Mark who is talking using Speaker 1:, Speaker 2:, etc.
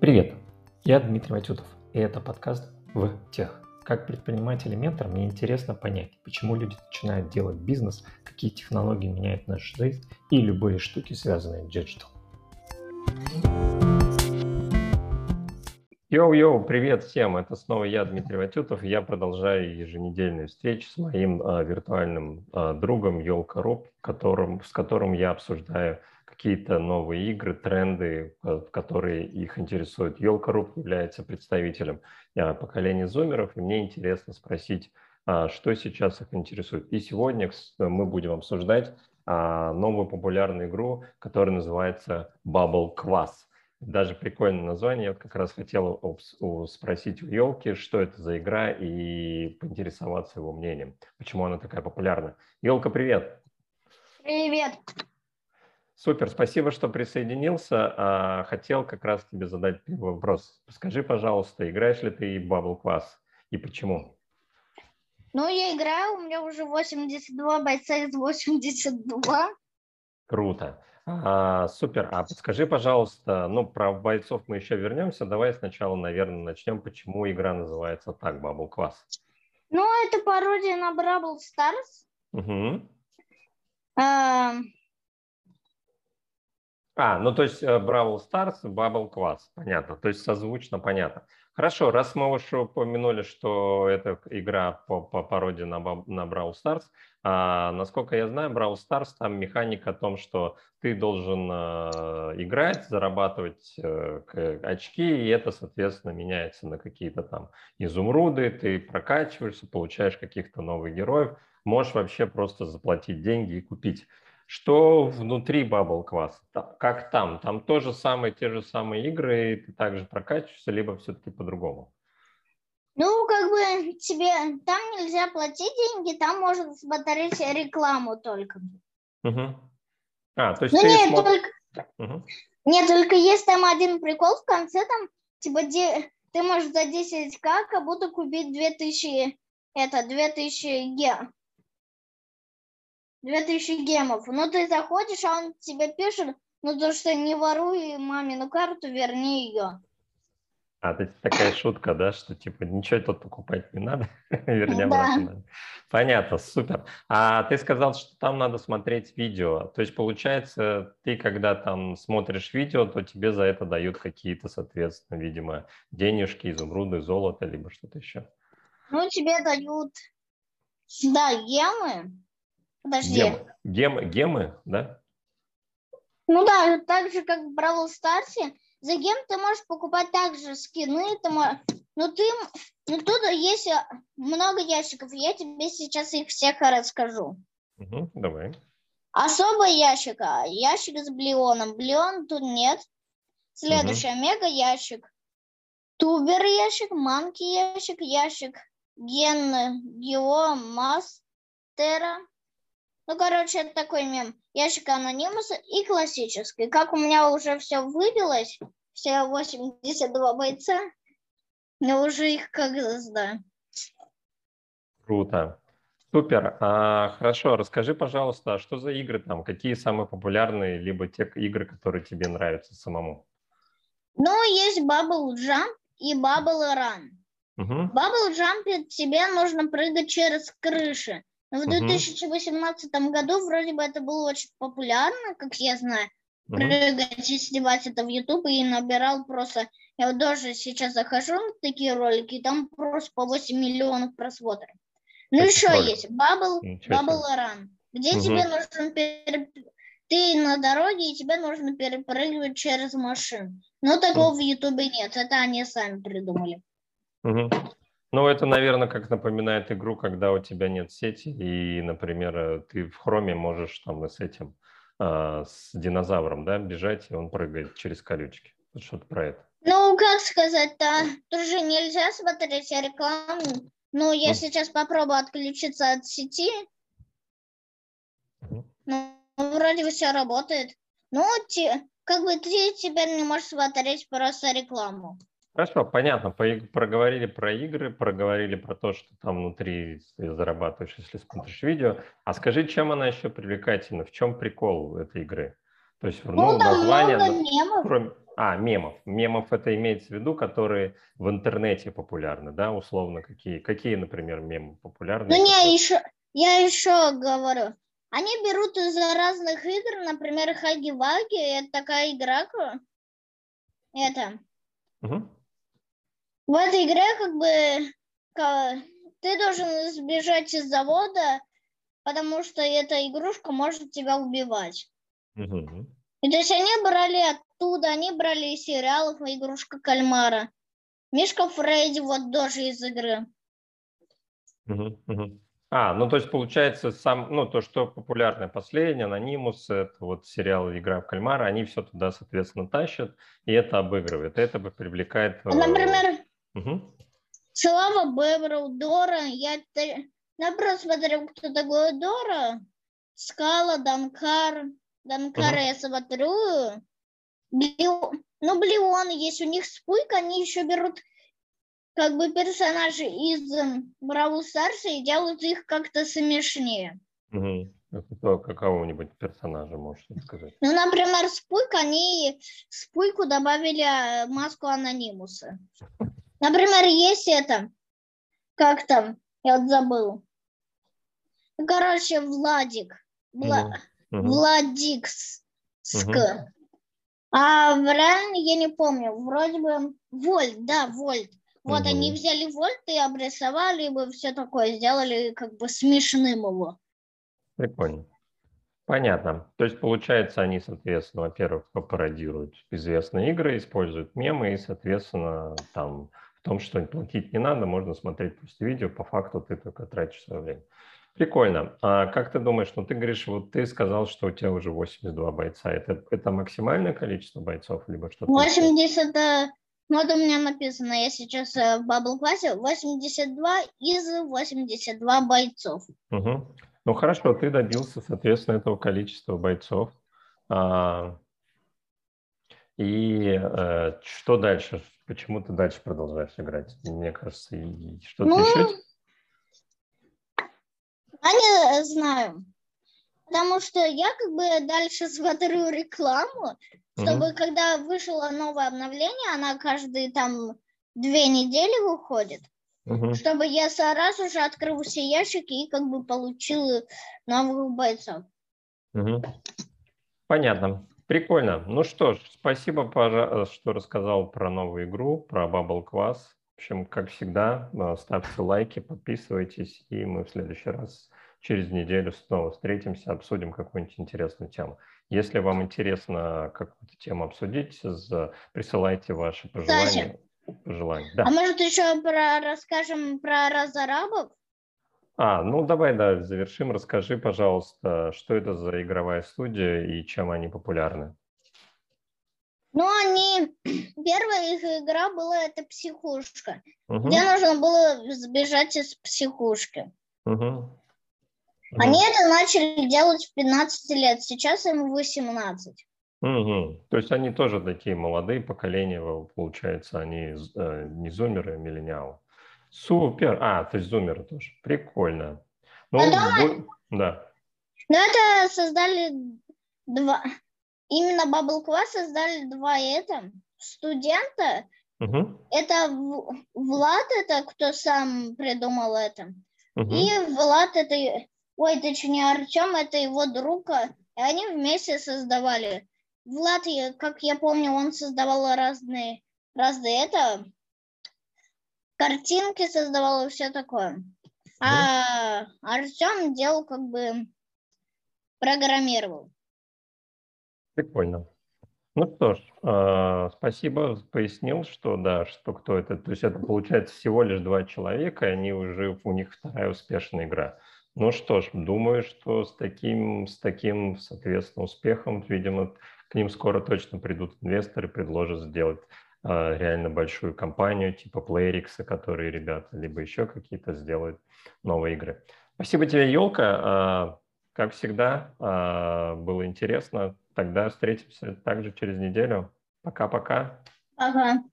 Speaker 1: Привет, я Дмитрий Матютов, и это подкаст «В тех». Как предприниматель и ментор мне интересно понять, почему люди начинают делать бизнес, какие технологии меняют нашу жизнь и любые штуки, связанные с диджитал. Йоу-йоу, привет всем! Это снова я, Дмитрий Матютов, и я продолжаю еженедельные встречи с моим виртуальным другом Ёлка.ру, с которым я обсуждаю какие-то новые игры, тренды, которые их интересуют. Ёлка.ру является представителем поколения зумеров, и мне интересно спросить, что сейчас их интересует. И сегодня мы будем обсуждать новую популярную игру, которая называется Bubble Quass. Даже прикольное название. Я вот как раз хотел спросить у Ёлки, что это за игра, и поинтересоваться его мнением, почему она такая популярна. Ёлка, привет!
Speaker 2: Привет!
Speaker 1: Супер, спасибо, что присоединился. Хотел как раз тебе задать первый вопрос. Скажи, пожалуйста, играешь ли ты в Bubble Quass и почему?
Speaker 2: Ну, я играю, у меня уже 82 бойца из 82.
Speaker 1: Круто. Супер. А подскажи, пожалуйста, про бойцов мы еще вернемся. Давай сначала, наверное, начнем, почему игра называется так, Bubble Quass.
Speaker 2: Ну, это пародия на Brawl Stars.
Speaker 1: Угу.
Speaker 2: А,
Speaker 1: то есть Brawl Stars, Bubble Quass, понятно, то есть созвучно, понятно. Хорошо, раз мы уже упомянули, что это игра по пародии на Brawl Stars, насколько я знаю, Brawl Stars, там механика о том, что ты должен играть, зарабатывать очки, и это, соответственно, меняется на какие-то там изумруды, ты прокачиваешься, получаешь каких-то новых героев, можешь вообще просто заплатить деньги и купить. Что внутри Bubble Quass? Как там? Там те же самые игры, и ты также прокачиваешься, либо все-таки по-другому?
Speaker 2: ну, как бы тебе там нельзя платить деньги, там можно смотреть рекламу только.
Speaker 1: Угу. То есть
Speaker 2: Ну,
Speaker 1: ты
Speaker 2: нет,
Speaker 1: смотришь...
Speaker 2: только,
Speaker 1: Угу.
Speaker 2: нет, только есть там один прикол в конце, там, типа, ты можешь за 10к как будто купить 2000 гемов. Ну, ты заходишь, а он тебе пишет, ну, то, что не воруй мамину карту, верни ее.
Speaker 1: Это такая шутка, да, что типа ничего тут покупать не надо, вернем
Speaker 2: Да.
Speaker 1: обратно. Понятно, супер. А ты сказал, что там надо смотреть видео. То есть, получается, ты когда там смотришь видео, то тебе за это дают какие-то, соответственно, видимо, денежки, изумруды, золото, либо что-то еще.
Speaker 2: Ну, тебе дают, да, гемы. Подожди.
Speaker 1: Гемы, да?
Speaker 2: Ну да, так же, как в Бравл Старсе. За гем ты можешь покупать также скины. Ну, тут есть много ящиков. Я тебе сейчас их всех расскажу.
Speaker 1: Угу, давай.
Speaker 2: Особый ящик. Ящик с Блеоном. Блеон тут нет.
Speaker 1: Угу.
Speaker 2: Следующий мега ящик. Тубер ящик, манки ящик, ящик Гео Мастера. Ну, короче, это такой мем. Ящик анонимуса и классический. Как у меня уже все выбилось, все 82 бойца, я уже их как знаю.
Speaker 1: Круто. Супер. Хорошо, расскажи, пожалуйста, что за игры там? Какие самые популярные, либо те игры, которые тебе нравятся самому?
Speaker 2: Ну, есть Bubble Jump и Bubble Run.
Speaker 1: Угу.
Speaker 2: В Bubble Jump тебе нужно прыгать через крыши. Но в 2018 году вроде бы это было очень популярно, как я знаю. Прыгать и снимать это в YouTube и набирал просто... Я вот даже сейчас захожу на такие ролики, и там просто по 8 миллионов просмотров. Ну,
Speaker 1: Таких
Speaker 2: еще
Speaker 1: роликов.
Speaker 2: есть Bubble
Speaker 1: Ничего себе.
Speaker 2: Run, где тебе нужно... Ты на дороге, и тебе нужно перепрыгивать через машину. Но такого в YouTube нет, это они сами придумали.
Speaker 1: Угу. Ну, это, наверное, как напоминает игру, когда у тебя нет сети, и, например, ты в хроме можешь там с этим, с динозавром, да, бежать, и он прыгает через колючки. Вот что-то про это.
Speaker 2: Ну, как сказать-то, тут же нельзя смотреть рекламу. Ну, я сейчас попробую отключиться от сети. Ну, вроде бы все работает. Ну, как бы ты теперь не можешь смотреть просто рекламу.
Speaker 1: Хорошо, понятно. Проговорили про игры, проговорили про то, что там внутри ты зарабатываешь, если смотришь видео. А скажи, чем она еще привлекательна? В чем прикол этой игры? То есть,
Speaker 2: Ну,
Speaker 1: ну,
Speaker 2: там
Speaker 1: название,
Speaker 2: много мемов.
Speaker 1: кроме... мемов. Мемов это имеется в виду, которые в интернете популярны, да, условно, какие, например, мемы популярны,
Speaker 2: Ну,
Speaker 1: которые...
Speaker 2: я еще говорю. Они берут из разных игр, например, Хаги-Ваги, это такая игра, это...
Speaker 1: Мгм.
Speaker 2: В этой игре ты должен сбежать из завода, потому что эта игрушка может тебя убивать.
Speaker 1: Мгм.
Speaker 2: И то есть они брали оттуда, они брали из сериалов «Игрушка кальмара». Мишка Фредди вот тоже из игры.
Speaker 1: Мгм. Мгм. Ну то есть получается ну то, что популярное последнее, Анонимус, это вот сериал «Игра в кальмара», они все туда, соответственно, тащат, и это обыгрывает, это бы привлекает...
Speaker 2: Например,
Speaker 1: Мгм.
Speaker 2: Слава Бебру, Дора. Я просто смотрел, кто такой Дора. Скала, Данкар. Данкара
Speaker 1: Мгм.
Speaker 2: я смотрю. Ну, Блион есть. У них спуйка, они еще берут как бы персонажей из Бравл Старса и делают их как-то смешнее.
Speaker 1: Мгм. Какого-нибудь персонажа, можешь сказать.
Speaker 2: Ну, например, Спуйк, они Спуйку добавили маску Анонимуса. Например, есть это, как там, я вот забыл. Короче, Владик.
Speaker 1: Мгм. Мгм.
Speaker 2: Владикс.
Speaker 1: Мгм.
Speaker 2: А в реально я не помню. Вроде бы Вольт, да, Вольт. Вот они
Speaker 1: Мгм.
Speaker 2: взяли Вольт и обрисовали бы все такое, сделали как бы смешным его.
Speaker 1: Прикольно. Понятно. То есть, получается, они, соответственно, во-первых, пародируют известные игры, используют мемы, и, соответственно, там в том, что платить не надо, можно смотреть просто видео, по факту ты только тратишь свое время. Прикольно. А как ты думаешь, ну ты говоришь, вот ты сказал, что у тебя уже 82 бойца. Это максимальное количество бойцов, либо что-то еще?
Speaker 2: 80, вот у меня написано, я сейчас в Bubble классе, 82 из 82 бойцов.
Speaker 1: Угу. Ну хорошо, ты добился, соответственно, этого количества бойцов. А, что дальше? Почему ты дальше продолжаешь играть? Мне кажется, и что-то
Speaker 2: Ну,
Speaker 1: еще?
Speaker 2: я не знаю. Потому что я как бы дальше смотрю рекламу, чтобы
Speaker 1: Угу.
Speaker 2: когда вышло новое обновление, она каждые там 2 недели выходит,
Speaker 1: Угу.
Speaker 2: чтобы я сразу же открыл все ящики и как бы получил новых бойцов.
Speaker 1: Угу. Понятно. Прикольно. Ну что ж, спасибо, что рассказал про новую игру, про Bubble Class. В общем, как всегда, ставьте лайки, подписывайтесь, и мы в следующий раз через неделю снова встретимся, обсудим какую-нибудь интересную тему. Если вам интересно какую-то тему обсудить, присылайте ваши
Speaker 2: Кстати,
Speaker 1: пожелания.
Speaker 2: а
Speaker 1: Да.
Speaker 2: может еще расскажем про разрабов?
Speaker 1: Ну давай, да, завершим. Расскажи, пожалуйста, что это за игровая студия и чем они популярны?
Speaker 2: Ну, первая их игра была это психушка, где
Speaker 1: Угу.
Speaker 2: нужно было сбежать из психушки.
Speaker 1: Угу.
Speaker 2: Они
Speaker 1: Угу.
Speaker 2: это начали делать в 15 лет, сейчас им 18.
Speaker 1: Угу. То есть они тоже такие молодые поколения, получается, они не зумеры, а миллениалы. Супер. То есть зумеры тоже. Прикольно.
Speaker 2: Потом,
Speaker 1: Да.
Speaker 2: ну, это создали два, именно Bubble Class создали два студента.
Speaker 1: Угу.
Speaker 2: Это Влад, это кто сам придумал это. И
Speaker 1: Угу.
Speaker 2: Влад, точнее Артем, это его друг. И они вместе создавали. Влад, как я помню, он создавал разные картинки создавал и все такое.
Speaker 1: Угу.
Speaker 2: А Артем делал как бы программировал.
Speaker 1: Прикольно. Ну что ж, спасибо, пояснил, что да, что кто это. То есть это получается всего лишь два человека, и у них вторая успешная игра. Ну что ж, думаю, что с таким, соответственно, успехом, видимо, к ним скоро точно придут инвесторы, предложат сделать реально большую компанию типа PlayRix, которые ребята, либо еще какие-то сделают новые игры. Спасибо тебе, Елка. Как всегда, было интересно. Тогда встретимся также через неделю. Пока-пока.
Speaker 2: Ага.